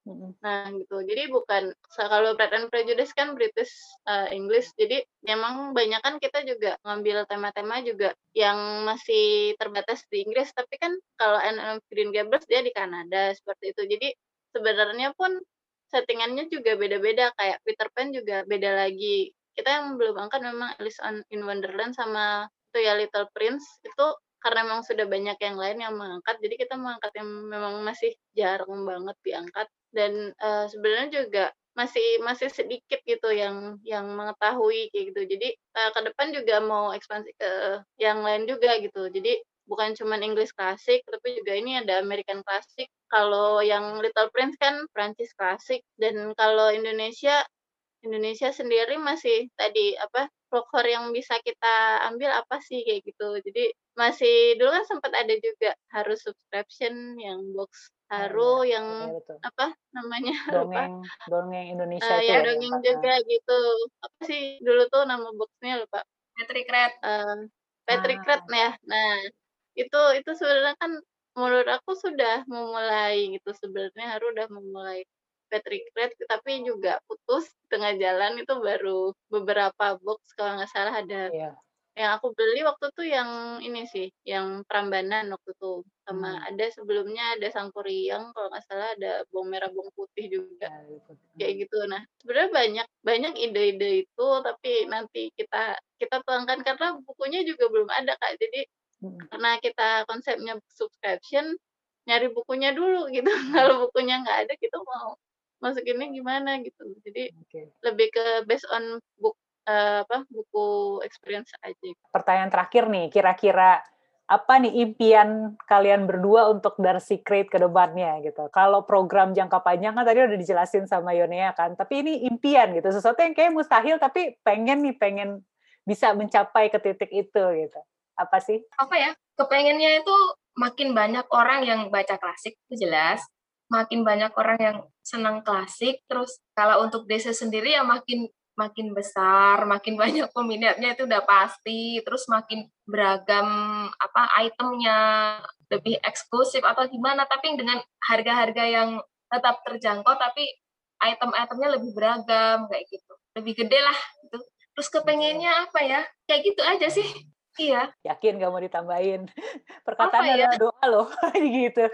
Mhm. Nah gitu, jadi bukan sa kalau Pride and Prejudice kan British, eee, English, jadi memang banyakan kita juga ngambil tema-tema juga yang masih terbatas di Inggris, tapi kan kalau Anne of Green Gables dia di Kanada, seperti itu. Jadi sebenarnya pun settingan-nya juga beda-beda, kayak Peter Pan juga beda lagi. Kita yang belum angkat memang Alice on in Wonderland sama itu ya Little Prince, itu karena memang sudah banyak yang lain yang mengangkat, jadi kita mengangkat yang memang masih jarang banget diangkat. Dan, eee, sebenarnya juga masih masih sedikit gitu yang yang mengetahui kayak gitu. Jadi, eee, ke depan juga mau ekspansi ke yang lain juga gitu. Jadi bukan cuman English klasik, tapi juga ini ada American klasik. Kalau yang Little Prince kan Prancis klasik, dan kalau Indonesia Indonesia sendiri masih tadi, apa, folklore yang bisa kita ambil apa sih, kayak gitu. Jadi masih dulu kan sempat ada juga Haru subscription yang box Oh iya, Haru, iya yang betul. apa namanya, lupa. Dongeng dongeng Indonesia Eee, itu yang ya dongeng diangkat, heeh. juga gitu. Apa sih dulu tuh nama box-nya, lupa. Patrick Red. Eee, Patrick Ah, Red iya. ya. Nah, itu itu sebenarnya kan menurut aku sudah memulai gitu, sebenarnya Haru udah memulai Patrick Red, tapi juga putus tengah jalan, itu baru beberapa box kalau nggak salah ada. Iya. Yang aku beli waktu itu yang ini sih, yang Prambanan waktu itu, sama Mmm. ada sebelumnya ada Sangkuriang kalau nggak salah, ada Bawang Merah Bawang Putih juga, Ya gitu, kayak mhm. gitu. Nah, sebenarnya banyak banyak ide-ide itu, tapi nanti kita kita tuangkan karena bukunya juga belum ada, Kak. Jadi Mhm. karena kita konsepnya subscription, nyari bukunya dulu gitu. Mhm. Kalau bukunya nggak ada, kita mau masukinnya gimana gitu. Jadi Oke. lebih ke based on book, eee, apa, buku experience aja. Pertanyaan terakhir nih, kira-kira apa nih impian kalian berdua untuk Darcy Craid ke depannya gitu? Kalau program jangka panjang kan tadi udah dijelasin sama Yonea kan, tapi ini impian gitu, sesuatu yang kayaknya mustahil tapi pengen nih, pengen bisa mencapai ke titik itu gitu. Apa sih? Apa ya, kepengennya itu makin banyak orang yang baca klasik, itu jelas. Makin banyak orang yang senang klasik, terus kalau untuk D C sendiri ya makin makin besar, makin banyak peminatnya itu udah pasti, terus makin beragam apa itemnya, lebih eksklusif atau gimana, tapi dengan harga-harga yang tetap terjangkau, tapi item-itemnya lebih beragam kayak gitu, lebih gede lah gitu. Terus Oke. kepengennya apa ya? Kayak gitu aja sih. Iya. Yakin nggak mau ditambahin? Apa Perkataan ya? adalah doa loh, gitu.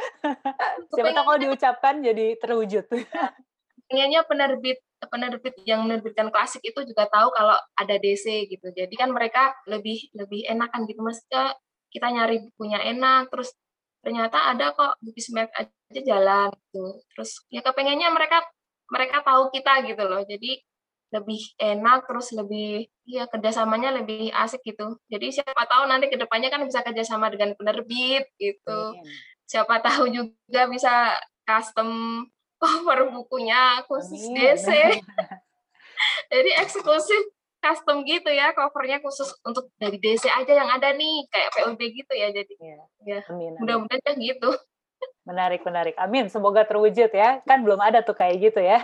Siapa tahu kalau Kepengennya diucapkan jadi terwujud. ya, pengennya penerbit penerbit yang menerbitkan klasik itu juga tahu kalau ada D C gitu. Jadi kan mereka lebih lebih enakan gitu. Maksudnya kita nyari bukunya enak, terus ternyata ada kok Bukismed aja jalan gitu. Terus ya kepengennya mereka mereka tahu kita gitu loh. Jadi lebih enak, terus lebih ya kerjasamanya lebih asik gitu. Jadi siapa tahu nanti kedepannya kan bisa kerjasama dengan penerbit gitu. Amin. Siapa tahu juga bisa custom cover bukunya khusus D Amin. C. Jadi eksklusif custom gitu ya, covernya khusus untuk dari D C aja yang ada nih, kayak P O D gitu ya jadi. Iya. Ya, Amin amin. mudah-mudahan kayak gitu. Menarik menarik. Amin, semoga terwujud ya. Kan belum ada tuh kayak gitu ya.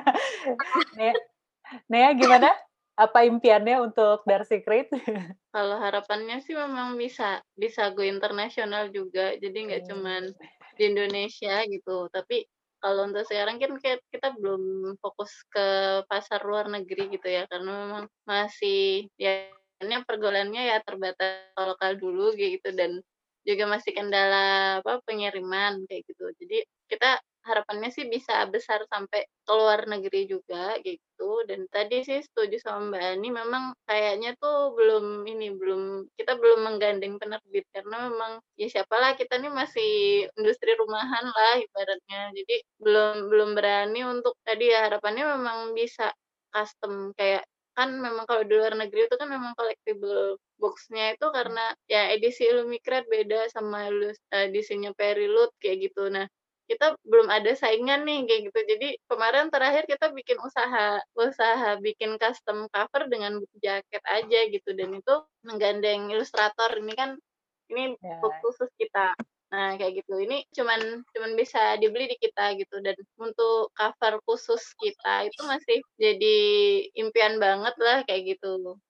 Nea Nea gimana? Apa impiannya untuk Darcy Craid? Kalau harapannya sih memang bisa bisa go internasional juga, jadi nggak cuman Mmm. di Indonesia gitu. Tapi kalau untuk sekarang kan kayak kita belum fokus ke pasar luar negeri gitu ya, karena memang masih ya ini pergaulannya ya terbatas lokal dulu kayak gitu, dan juga masih kendala apa, pengiriman kayak gitu. Jadi kita harapannya sih bisa besar sampai ke luar negeri juga gitu. Dan tadi sih setuju sama Mbak Ani, memang kayaknya tuh belum ini, belum kita belum menggandeng penerbit karena memang ya siapalah, kita nih masih industri rumahan lah ibaratnya. Jadi belum belum berani untuk tadi ya, harapannya memang bisa custom kayak kan memang kalau di luar negeri itu kan memang collectible box-nya itu karena ya edisi Illumicrate beda sama elus edisinya Perilot kayak gitu. Nah, kita belum ada saingan nih kayak gitu. Jadi kemarin terakhir kita bikin usaha usaha bikin custom cover dengan buku jaket aja gitu, dan itu menggandeng ilustrator. Ini kan ini book Ya. khusus kita. Nah, kayak gitu. Ini cuman cuman bisa dibeli di kita gitu, dan untuk cover khusus kita itu masih jadi impian banget lah kayak gitu.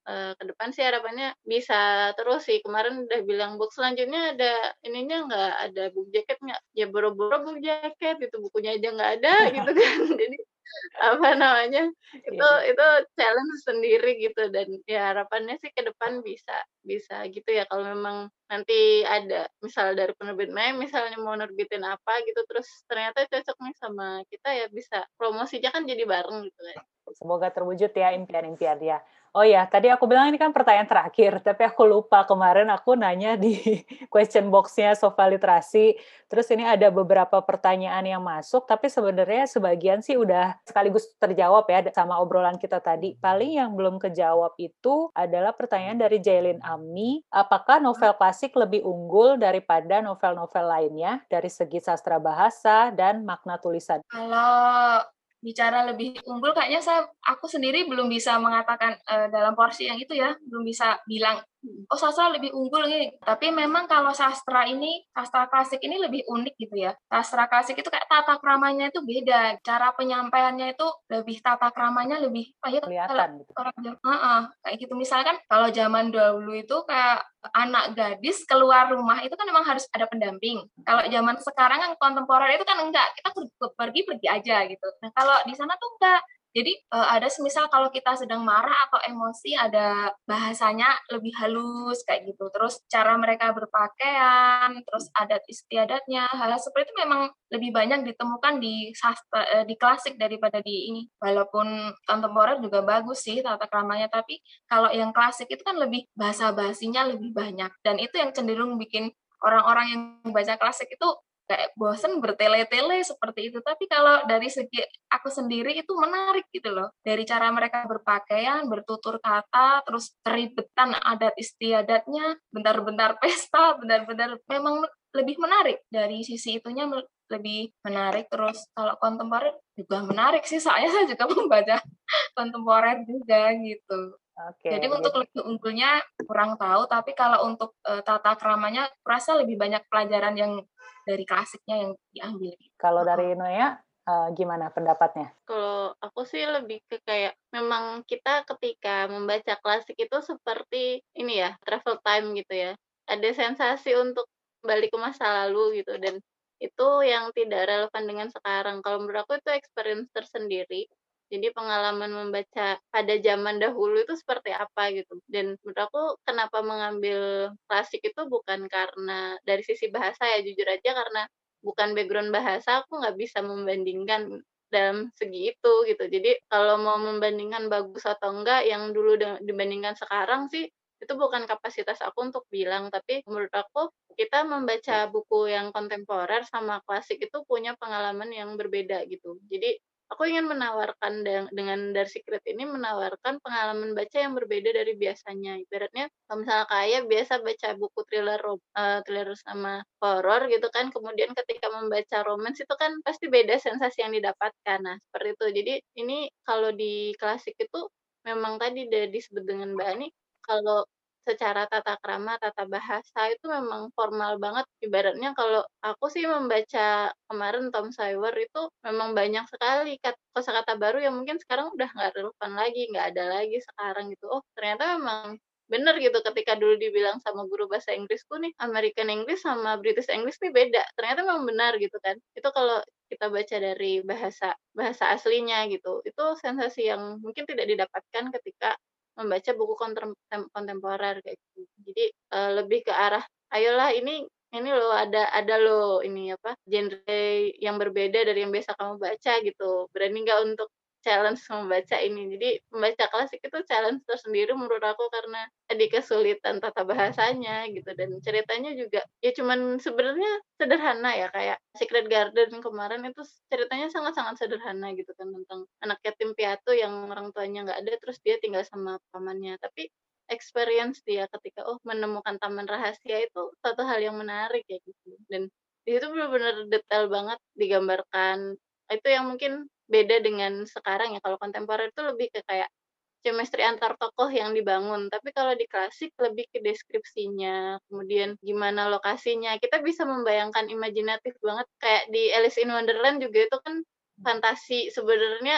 eee, ke depan sih harapannya bisa terus sih. Kemarin udah bilang, "Book selanjutnya ada ininya nggak? Ada book jacket nggak?" Ya boro-boro book jacket gitu, bukunya aja nggak ada gitu kan. Jadi apa namanya, Iya itu iya. itu challenge sendiri gitu dan ya harapannya sih ke depan bisa bisa gitu ya kalau memang nanti ada misal dari penerbit main misalnya mau nerbitin apa gitu terus ternyata cocok nih sama kita ya bisa promosinya kan jadi bareng gitu kan. Semoga terwujud ya impian-impiannya. Oh ya, tadi aku bilang ini kan pertanyaan terakhir, tapi aku lupa kemarin aku nanya di question box-nya Sofa Literasi. Terus ini ada beberapa pertanyaan yang masuk, tapi sebenarnya sebagian sih udah sekaligus terjawab ya sama obrolan kita tadi. Paling yang belum kejawab itu adalah pertanyaan dari Jailin Ami, apakah novel klasik lebih unggul daripada novel-novel lainnya dari segi sastra bahasa dan makna tulisan? Kalau bicara lebih unggul kayaknya saya aku sendiri belum bisa mengatakan, eee, dalam porsi yang itu ya, belum bisa bilang, "Oh sastra lebih unggul nih." Tapi memang kalau sastra ini, sastra klasik ini lebih unik gitu ya. Sastra klasik itu kayak tata kramanya itu beda, cara penyampaiannya itu lebih tata kramanya lebih apa ya, kalau Kelihatan gitu. orang jam heeh, kayak gitu. Misalkan kalau zaman dahulu itu kayak anak gadis keluar rumah itu kan memang harus ada pendamping. Kalau zaman sekarang kan kontemporer itu kan enggak, kita pergi pergi aja gitu. Nah, kalau di sana tuh enggak. Jadi uh, ada semisal kalau kita sedang marah atau emosi ada bahasanya lebih halus kayak gitu. Terus cara mereka berpakaian, terus adat istiadatnya, hal-hal seperti itu memang lebih banyak ditemukan di sastra uh, di klasik daripada di ini. Walaupun kontemporer juga bagus sih tata kramanya, tapi kalau yang klasik itu kan lebih basa-basinya lebih banyak dan itu yang cenderung bikin orang-orang yang baca klasik itu kayak bosen bertele-tele seperti itu. Tapi kalau dari segi aku sendiri itu menarik gitu loh. Dari cara mereka berpakaian, bertutur kata, terus keribetan adat istiadatnya, bentar-bentar pesta, bentar-bentar memang lebih menarik. Dari sisi itunya lebih menarik. Terus kalau kontemporer juga menarik sih. Saya juga membaca kontemporer juga gitu. Oke, Jadi untuk jadi lebih unggulnya kurang tahu, tapi kalau untuk uh, tata keramanya, kurasa lebih banyak pelajaran yang dari klasiknya yang diambil. kalau Uh-uh. dari Noya, uh, gimana pendapatnya? Kalau aku sih lebih ke kayak memang kita ketika membaca klasik itu seperti ini ya, travel time gitu ya. Ada sensasi untuk balik ke masa lalu gitu dan itu yang tidak relevan dengan sekarang. Kalau menurut aku itu experience tersendiri. Jadi pengalaman membaca pada zaman dahulu itu seperti apa gitu. Dan menurut aku kenapa mengambil klasik itu bukan karena dari sisi bahasa ya, jujur aja karena bukan background bahasa, aku nggak bisa membandingkan dalam segi itu gitu. Jadi kalau mau membandingkan bagus atau enggak yang dulu dibandingkan sekarang sih itu bukan kapasitas aku untuk bilang, tapi menurut aku kita membaca buku yang kontemporer sama klasik itu punya pengalaman yang berbeda gitu. Jadi aku ingin menawarkan dengan dari Secret ini menawarkan pengalaman baca yang berbeda dari biasanya. Ibaratnya kalau misalnya kayak biasa baca buku thriller uh, thriller sama horor gitu kan, kemudian ketika membaca romance itu kan pasti beda sensasi yang didapatkan. Nah, seperti itu. Jadi ini kalau di klasik itu memang tadi udah disebut dengan Mbak Ani, kalau secara tata krama, tata bahasa itu memang formal banget. Ibaratnya kalau aku sih membaca kemarin Tom Sawyer itu memang banyak sekali kosakata baru yang mungkin sekarang udah nggak relevan lagi, nggak ada lagi sekarang gitu. Oh, ternyata memang bener gitu ketika dulu dibilang sama guru bahasa Inggrisku nih, American English sama British English nih beda. Ternyata memang benar gitu kan. Itu kalau kita baca dari bahasa bahasa aslinya gitu. Itu sensasi yang mungkin tidak didapatkan ketika membaca buku kontemporer kayak gitu. Jadi uh, lebih ke arah ayolah ini ini loh ada ada loh ini apa genre yang berbeda dari yang biasa kamu baca gitu. Berani nggak untuk challenge membaca ini. Jadi membaca klasik itu challenge tersendiri menurut aku karena tadi kesulitan tata bahasanya gitu dan ceritanya juga ya cuman sebenarnya sederhana ya kayak Secret Garden kemarin itu ceritanya sangat-sangat sederhana gitu kan tentang anak yatim piatu yang orang tuanya nggak ada terus dia tinggal sama pamannya tapi experience dia ketika oh menemukan taman rahasia itu satu hal yang menarik ya gitu dan di situ benar-benar detail banget digambarkan itu yang mungkin beda dengan sekarang ya kalau kontemporer itu lebih ke kayak chemistry antar tokoh yang dibangun tapi kalau di klasik lebih ke deskripsinya kemudian gimana lokasinya kita bisa membayangkan imajinatif banget kayak di Alice in Wonderland juga itu kan fantasi sebenarnya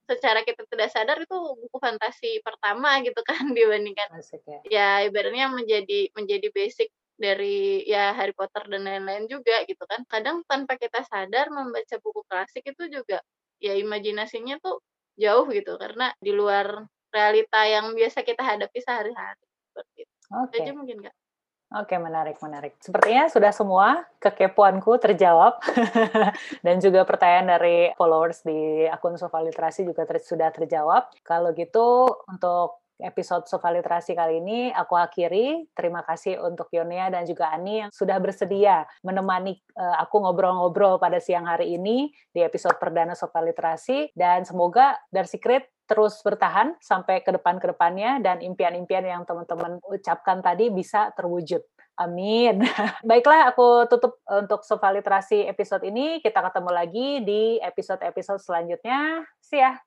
secara kita tidak sadar itu buku fantasi pertama gitu kan dibandingkan Asik ya. ya ibaratnya menjadi menjadi basic dari ya Harry Potter dan lain-lain juga gitu kan. Kadang tanpa kita sadar membaca buku klasik itu juga ya imajinasinya tuh jauh gitu karena di luar realita yang biasa kita hadapi sehari-hari seperti itu. Itu aja Oke. mungkin Kak. Oke, menarik, menarik. Sepertinya sudah semua kekepoanku terjawab dan juga pertanyaan dari followers di akun Sofa Literasi juga ter- sudah terjawab. Kalau gitu untuk episode Sofa Literasi kali ini aku akhiri. Terima kasih untuk Yonia dan juga Ani yang sudah bersedia menemani uh, aku ngobrol-ngobrol pada siang hari ini di episode perdana Sofa Literasi, dan semoga Dark Secret terus bertahan sampai ke depan-kedepannya dan impian-impian yang teman-teman ucapkan tadi bisa terwujud. Amin. Baiklah, aku tutup untuk Sofa Literasi episode ini. Kita ketemu lagi di episode-episode selanjutnya. See ya.